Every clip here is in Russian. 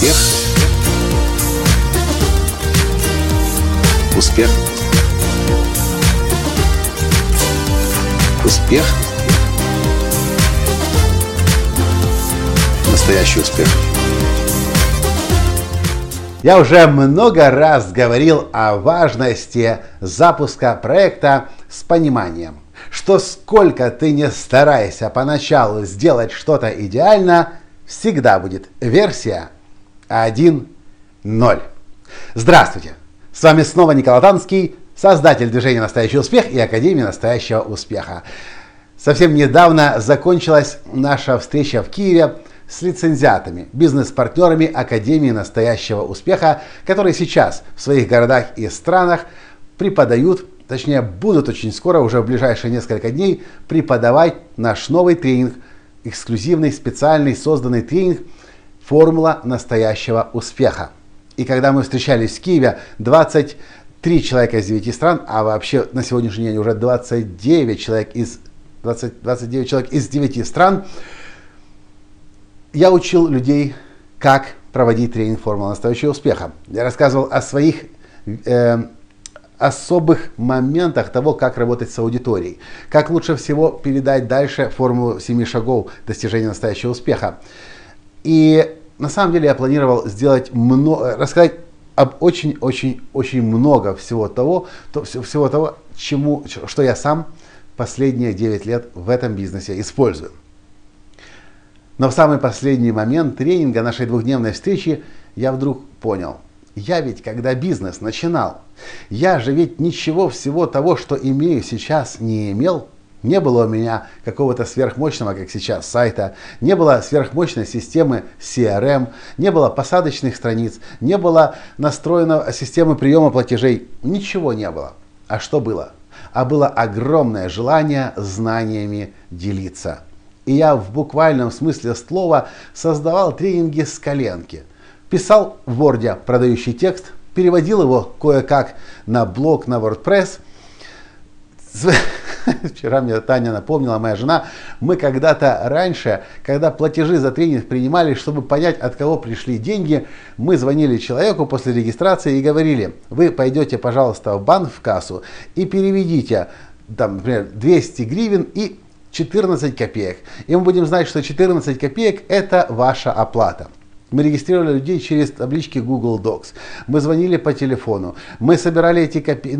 Успех. Успех. Успех. Настоящий успех. Я уже много раз говорил о важности запуска проекта с пониманием, что сколько ты не старайся поначалу сделать что-то идеально, всегда будет версия 1.0. Здравствуйте! С вами снова Николай Танский, создатель движения «Настоящий успех» и Академии настоящего успеха. Совсем недавно закончилась наша встреча в Киеве с лицензиатами, бизнес-партнерами Академии настоящего успеха, которые сейчас в своих городах и странах преподают, точнее будут очень скоро, уже в ближайшие несколько дней, преподавать наш новый тренинг, эксклюзивный, специальный, созданный тренинг «Формула настоящего успеха». И когда мы встречались в Киеве, 23 человека из 9 стран, а вообще на сегодняшний день уже 29 человек из 9 стран, я учил людей, как проводить тренинг «Формула настоящего успеха». Я рассказывал о своих особых моментах того, как работать с аудиторией, как лучше всего передать дальше формулу 7 шагов достижения настоящего успеха. И на самом деле я планировал рассказать об очень много всего того, что я сам последние 9 лет в этом бизнесе использую. Но в самый последний момент тренинга нашей двухдневной встречи я вдруг понял, я ведь когда бизнес начинал, я же ведь ничего всего того, что имею сейчас, не имел. Не было у меня какого-то сверхмощного, как сейчас, сайта, не было сверхмощной системы CRM, не было посадочных страниц, не было настроенной системы приема платежей, ничего не было. А что было? А было огромное желание знаниями делиться. И я в буквальном смысле слова создавал тренинги с коленки. Писал в Word продающий текст, переводил его кое-как на блог, на WordPress. Вчера мне Таня напомнила, моя жена, мы когда-то раньше, когда платежи за тренинг принимали, чтобы понять, от кого пришли деньги, мы звонили человеку после регистрации и говорили: вы пойдете, пожалуйста, в банк, в кассу и переведите, там, например, 200 гривен и 14 копеек. И мы будем знать, что 14 копеек это ваша оплата. Мы регистрировали людей через таблички Google Docs. Мы звонили по телефону. Мы собирали эти копейки.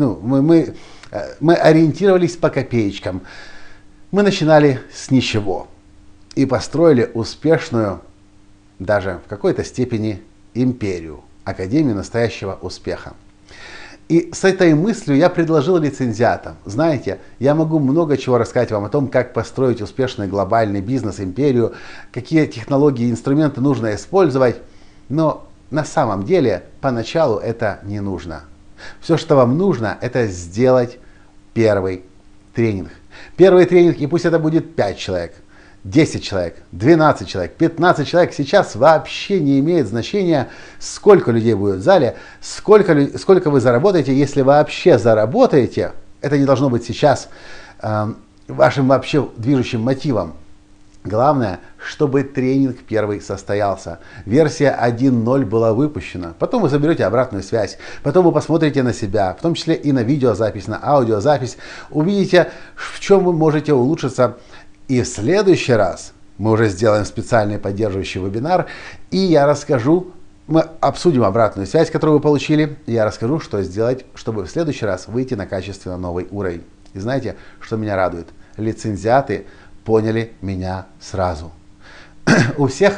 Мы ориентировались по копеечкам. Мы начинали с ничего. И построили успешную, даже в какой-то степени, империю. Академию настоящего успеха. И с этой мыслью я предложил лицензиатам: знаете, я могу много чего рассказать вам о том, как построить успешный глобальный бизнес, империю, какие технологии и инструменты нужно использовать, но на самом деле поначалу это не нужно. Все, что вам нужно, это сделать первый тренинг. Первый тренинг, и пусть это будет 5 человек, 10 человек, 12 человек, 15 человек. Сейчас вообще не имеет значения, сколько людей будет в зале, сколько вы заработаете. Если вообще заработаете, это не должно быть сейчас вашим вообще движущим мотивом. Главное, чтобы тренинг первый состоялся. Версия 1.0 была выпущена. Потом вы заберете обратную связь. Потом вы посмотрите на себя, в том числе и на видеозапись, на аудиозапись. Увидите, в чем вы можете улучшиться. И в следующий раз мы уже сделаем специальный поддерживающий вебинар, и мы обсудим обратную связь, которую вы получили, и я расскажу, что сделать, чтобы в следующий раз выйти на качественно новый уровень. И знаете, что меня радует? Лицензиаты поняли меня сразу. У всех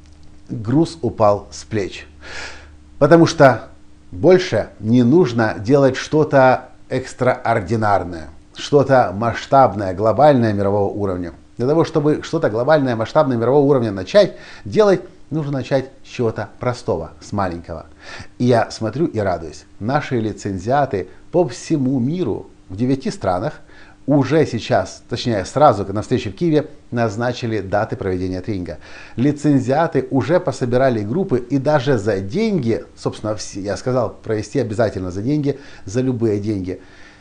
груз упал с плеч, потому что больше не нужно делать что-то экстраординарное. Что-то масштабное, глобальное, мирового уровня. Для того, чтобы что-то глобальное, масштабное, мирового уровня начать делать, нужно начать с чего-то простого, с маленького. И я смотрю и радуюсь. Наши лицензиаты по всему миру, в 9 странах, уже сейчас, точнее сразу на встрече в Киеве, назначили даты проведения тренинга. Лицензиаты уже пособирали группы, и даже за деньги, собственно, я сказал, провести обязательно за деньги, за любые деньги.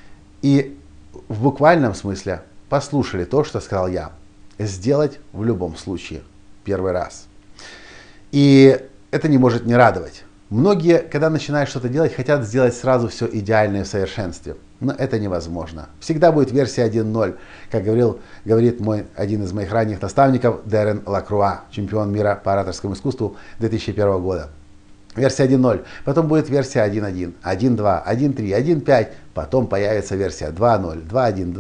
И в буквальном смысле послушали то, что сказал я. Сделать в любом случае первый раз. И это не может не радовать. Многие, когда начинают что-то делать, хотят сделать сразу все идеальное в совершенстве. Но это невозможно. Всегда будет версия 1.0, как говорит один из моих ранних наставников Дэрен Лакруа, чемпион мира по ораторскому искусству 2001 года. Версия 1.0, потом будет версия 1.1, 1.2, 1.3, 1.5, потом появится версия 2.0, 2.1,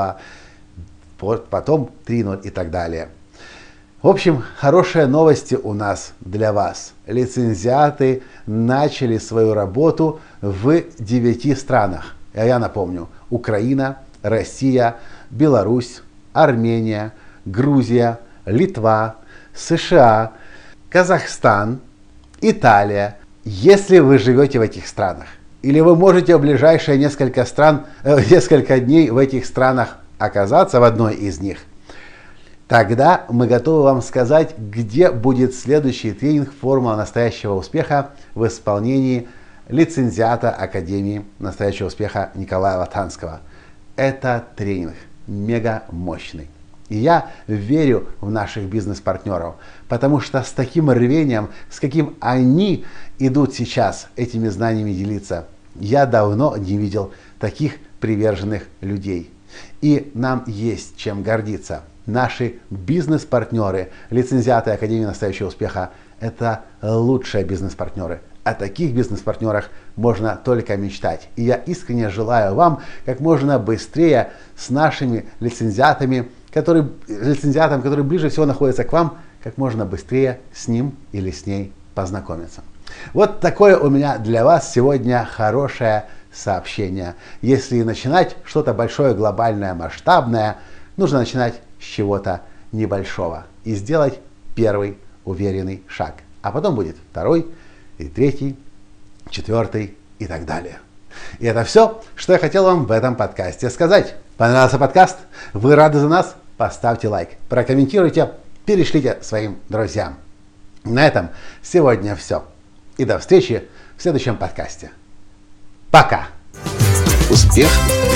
2.2, потом 3.0 и так далее. В общем, хорошие новости у нас для вас. Лицензиаты начали свою работу в 9 странах. Я напомню: Украина, Россия, Беларусь, Армения, Грузия, Литва, США, Казахстан, Италия. Если вы живете в этих странах, или вы можете в ближайшие несколько дней в этих странах оказаться, в одной из них, тогда мы готовы вам сказать, где будет следующий тренинг «Формула настоящего успеха» в исполнении лицензиата Академии настоящего успеха Николая Латанского. Это тренинг мега мощный. И я верю в наших бизнес-партнеров, потому что с таким рвением, с каким они идут сейчас этими знаниями делиться, я давно не видел таких приверженных людей. И нам есть чем гордиться. Наши бизнес-партнеры, лицензиаты Академии настоящего успеха, это лучшие бизнес-партнеры. О таких бизнес-партнерах можно только мечтать. И я искренне желаю вам как можно быстрее с нашими лицензиатом, который ближе всего находится к вам, как можно быстрее с ним или с ней познакомиться. Вот такое у меня для вас сегодня хорошее сообщение. Если начинать что-то большое, глобальное, масштабное, нужно начинать с чего-то небольшого и сделать первый уверенный шаг. А потом будет второй, и третий, четвертый и так далее. И это все, что я хотел вам в этом подкасте сказать. Понравился подкаст? Вы рады за нас? Поставьте лайк, прокомментируйте, перешлите своим друзьям. На этом сегодня все. И до встречи в следующем подкасте. Пока! Успех.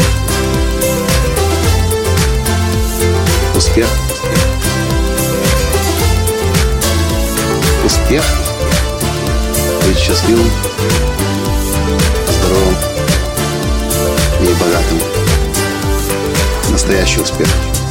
Успех. Успех. Быть счастливым, здоровым и богатым. Настоящий успех.